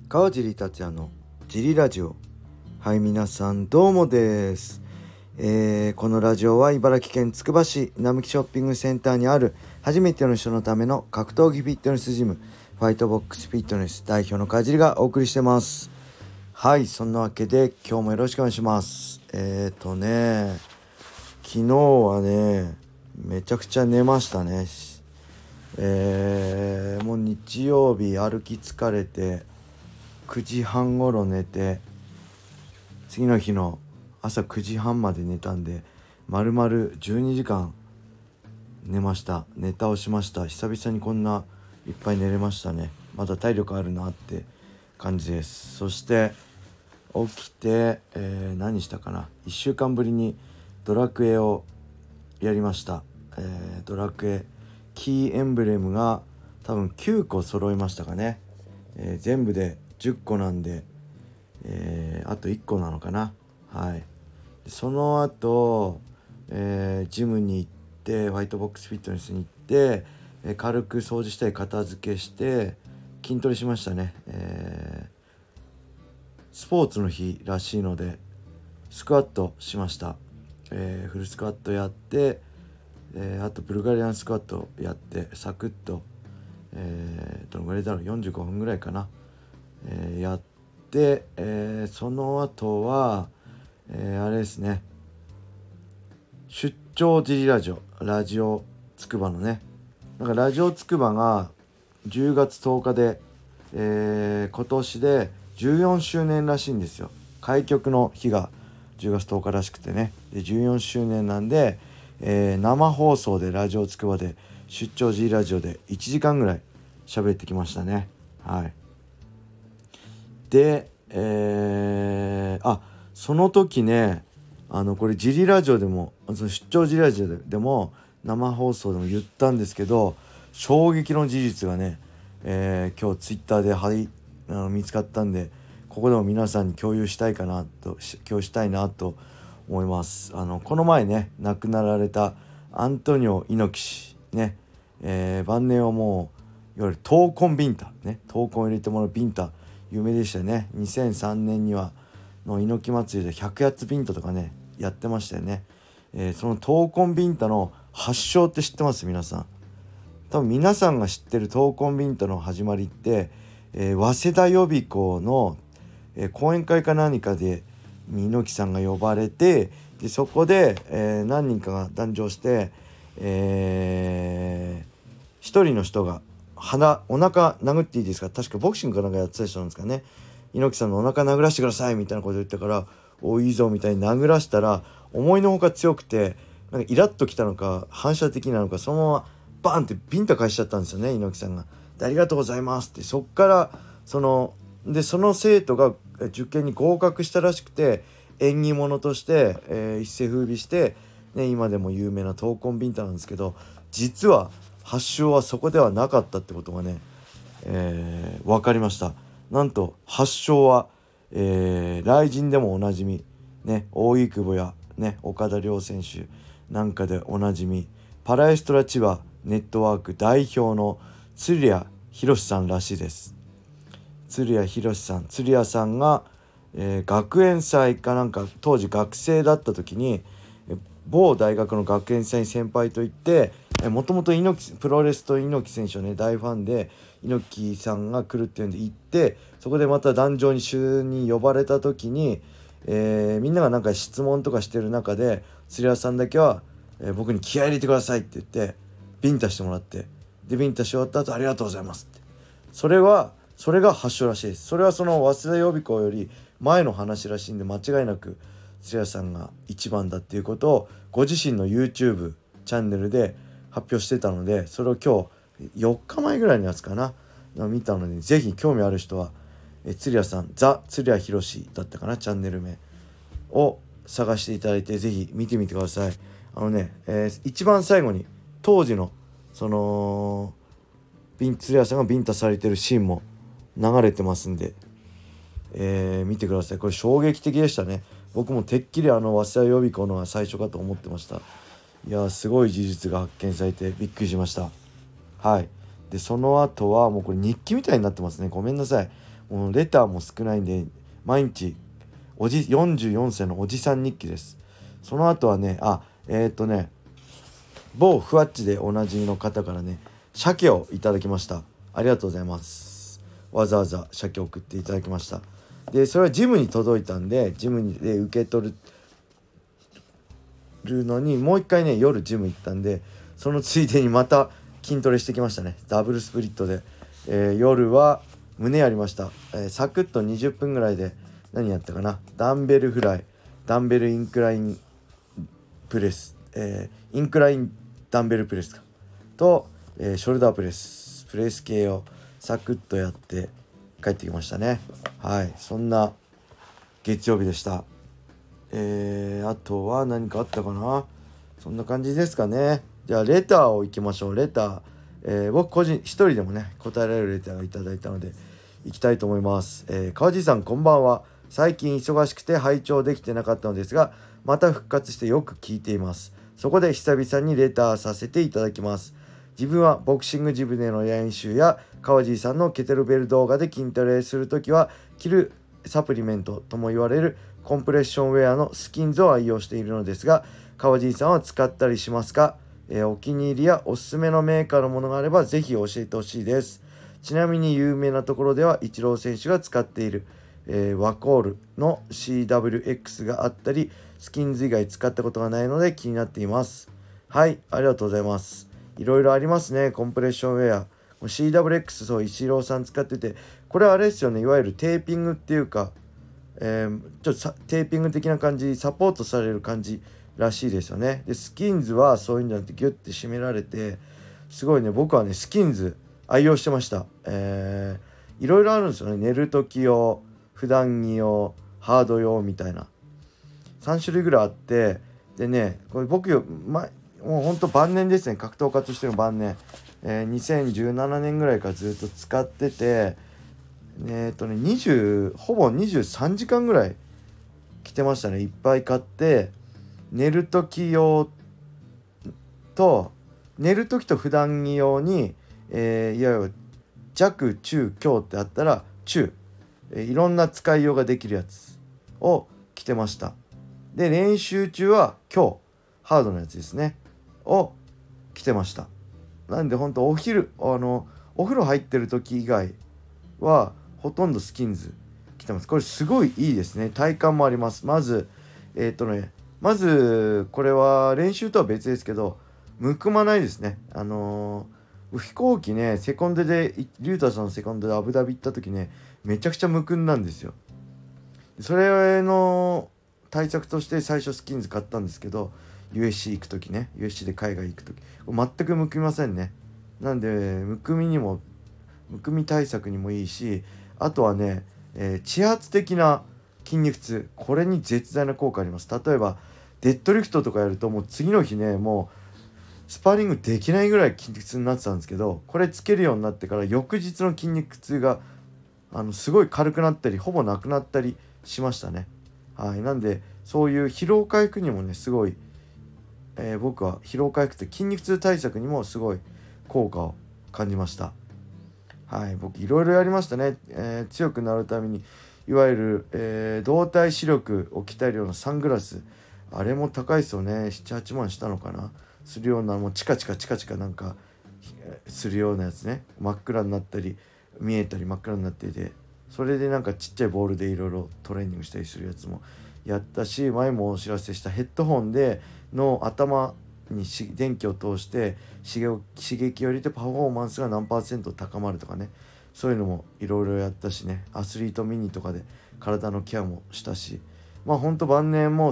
川尻達也のジリラジオ。はい、皆さんどうもです。このラジオは茨城県つくば市並木ショッピングセンターにある初めての人のための格闘技フィットネスジム、ファイトボックスフィットネス代表の川尻がお送りしてます。はい、そんなわけで今日もよろしくお願いします。昨日はねめちゃくちゃ寝ましたね。もう日曜日歩き疲れて9時半頃寝て、次の日の朝9時半まで寝たんで丸々12時間寝倒しました。久々にこんないっぱい寝れましたね。まだ体力あるなって感じです。そして起きて、何したかな。1週間ぶりにドラクエをやりました。ドラクエキーエンブレムが多分9個揃いましたかね。全部で10個なんで、あと1個なのかな。はい。その後、ジムに行ってファイトボックスフィットネスに行って、軽く掃除したり片付けして筋トレしましたね。スポーツの日らしいのでスクワットしました。フルスクワットやって、あとブルガリアンスクワットやってサクッと、どのぐらいだろう、45分ぐらいかな、やって、その後は、あれですね、出張ジリラジオつくばのね、なんかラジオつくばが10月10日で、今年で14周年らしいんですよ。開局の日が10月10日らしくてね。で14周年なんで、生放送でラジオつくばで出張 G ラジオで1時間ぐらい喋ってきましたね。はい。で、その時ね、これジリラジオでも出張ジリラジオでも生放送でも言ったんですけど、衝撃の事実がね、今日ツイッターで見つかったんで、ここでも皆さんに共有したいなと思います。この前ね亡くなられたアントニオ猪木氏ね、晩年はもういわゆる闘魂ビンタね、闘魂を入れてもらうビンタ有名でしたよね。2003年にはの猪木祭りで100やつビンタとかねやってましたよね。その闘魂ビンタの発祥って知ってます？皆さん多分皆さんが知ってる闘魂ビンタの始まりって、早稲田予備校の、講演会か何かで猪木さんが呼ばれて、でそこで、何人かが壇上して、一人の人がお腹殴っていいですか、確かボクシングかなんかやってた人なんですかね。猪木さんのお腹殴らせてくださいみたいなこと言ったから、おいいぞみたいに殴らしたら思いのほか強くて、なんかイラッときたのか反射的なのか、そのままバーンってビンタ返しちゃったんですよね、猪木さんが。でありがとうございますって、そっからその生徒が受験に合格したらしくて、縁起物として、一世風靡して、ね、今でも有名な闘魂ビンタなんですけど、実は発祥はそこではなかったってことがね、分かりました。なんと発祥は、雷神でもおなじみ、ね、大井久保や、ね、岡田亮選手なんかでおなじみ、パラエストラ千葉ネットワーク代表の鶴谷博さんらしいです。鶴谷さんが、学園祭かなんか当時学生だった時に、某大学の学園祭先輩と行って、もともとプロレスと猪木選手のね大ファンで、猪木さんが来るっていうんで行って、そこでまた壇上に呼ばれた時に、みんながなんか質問とかしてる中で鶴谷さんだけは、僕に気合い入れてくださいって言ってビンタしてもらって、でビンタし終わった後ありがとうございますって、それが発祥らしいです。それはその早稲田予備校より前の話らしいんで、間違いなく鶴谷さんが一番だっていうことをご自身の YouTube チャンネルで発表してたので、それを今日4日前ぐらいのやつかな見たので、ぜひ興味ある人は鶴谷さん鶴谷博だったかな、チャンネル名を探していただいてぜひ見てみてください。一番最後に当時のその鶴谷さんがビンタされてるシーンも流れてますんで、見てください。これ衝撃的でしたね。僕もてっきり早稲田予備校のが最初かと思ってました。いやすごい事実が発見されてびっくりしました。はい。でその後はもうこれ日記みたいになってますね。ごめんなさい。 もうレターも少ないんで、毎日44歳のおじさん日記です。その後はね、某ふわっちでおなじみの方からね、鮭をいただきました。ありがとうございます。わざわざ鮭を送っていただきました。でそれはジムに届いたんで、ジムで受け取るのにもう一回ね、夜ジム行ったんで、そのついでにまた筋トレしてきましたね。ダブルスプリットで、夜は胸やりました。サクッと20分ぐらいで何やったかな、ダンベルフライ、ダンベルインクラインプレス、インクラインダンベルプレスかと、ショルダープレス系をサクッとやって帰ってきましたね。はい、そんな月曜日でした。あとは何かあったかな。そんな感じですかね。じゃあレターをいきましょう。レター、僕個人一人でもね答えられるレターがいただいたのでいきたいと思います。川地さんこんばんは。最近忙しくて拝聴できてなかったのですが、また復活してよく聞いています。そこで久々にレターさせていただきます。自分はボクシングジムでの練習や川地さんのケトルベル動画で筋トレするときは着るサプリメントとも言われるコンプレッションウェアのスキンズを愛用しているのですが、川地さんは使ったりしますか？お気に入りやおすすめのメーカーのものがあればぜひ教えてほしいです。ちなみに有名なところではイチロー選手が使っている、ワコールの CWX があったり、スキンズ以外使ったことがないので気になっています。はい、ありがとうございます。いろいろありますね、コンプレッションウェア。CWX、 そう、イチローさん使ってて、これはあれですよね、いわゆるテーピングっていうか、ちょっとテーピング的な感じ、サポートされる感じらしいですよね。でスキンズはそういうんじゃなくてギュッて締められて、すごいね、僕はねスキンズ愛用してました。いろいろあるんですよね。寝る時用、普段着用、ハード用みたいな3種類ぐらいあって、でねこれ僕もうほんと晩年ですね、格闘家としての晩年、2017年ぐらいからずっと使ってて、ほぼ23時間ぐらい着てましたね。いっぱい買って、寝る時用と寝る時と普段着用に、いわゆる弱中強ってあったら中、いろんな使いようができるやつを着てました。で練習中は強、ハードなやつですねを着てました。なんでほんとお風呂入ってる時以外はほとんどスキンズ着てます。これすごいいいですね。体感もあります。まずまずこれは練習とは別ですけど、むくまないですね。飛行機ね、セコンドでリュウタさんのセコンドでアブダビ行った時ね、めちゃくちゃむくんなんですよ。それの対策として最初スキンズ買ったんですけど、 USC 行く時ね、 USC で海外行く時全くむくみませんね。なんでむくみ対策にもいいし、あとはね、揮発的な筋肉痛、これに絶大な効果あります。例えばデッドリフトとかやるともう次の日ね、もうスパーリングできないぐらい筋肉痛になってたんですけど、これつけるようになってから翌日の筋肉痛がすごい軽くなったりほぼなくなったりしましたね。はい、なんでそういう疲労回復にもねすごい、僕は疲労回復って筋肉痛対策にもすごい効果を感じました。はい、僕いろいろやりましたね。強くなるためにいわゆる、動体視力を鍛えるようなサングラス、あれも高いですよね。7、8万したのかな、するような、もうチカチカなんかするようなやつね。真っ暗になったり見えたり真っ暗になっていて、それでなんかちっちゃいボールでいろいろトレーニングしたりするやつもやったし、前もお知らせしたヘッドホンでの頭に電気を通して刺激を入れてパフォーマンスが何%高まるとかね、そういうのもいろいろやったしね。アスリートミニとかで体のケアもしたし、ほんと晩年もう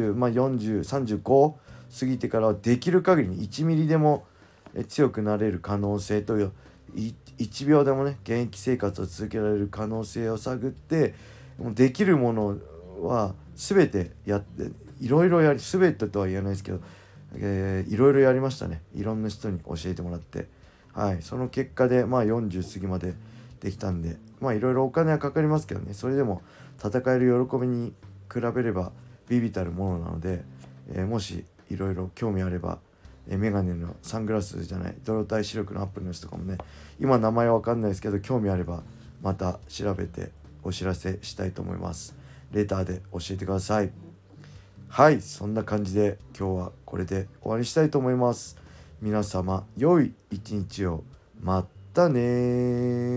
30、40、35過ぎてからはできる限りに1ミリでも強くなれる可能性と1秒でもね現役生活を続けられる可能性を探って、もうできるものは全てやって、いろいろ全てとは言えないですけど、いろいろやりましたね。いろんな人に教えてもらって、はい、その結果で40過ぎまでできたんで、いろいろお金はかかりますけどね、それでも戦える喜びに比べれば微々たるものなので、もしいろいろ興味あれば、メガネのサングラスじゃない動体視力のアップの人とかもね、今名前わかんないですけど興味あればまた調べてお知らせしたいと思います。レターで教えてください。はい、そんな感じで今日はこれで終わりにしたいと思います。皆様良い一日を。またね。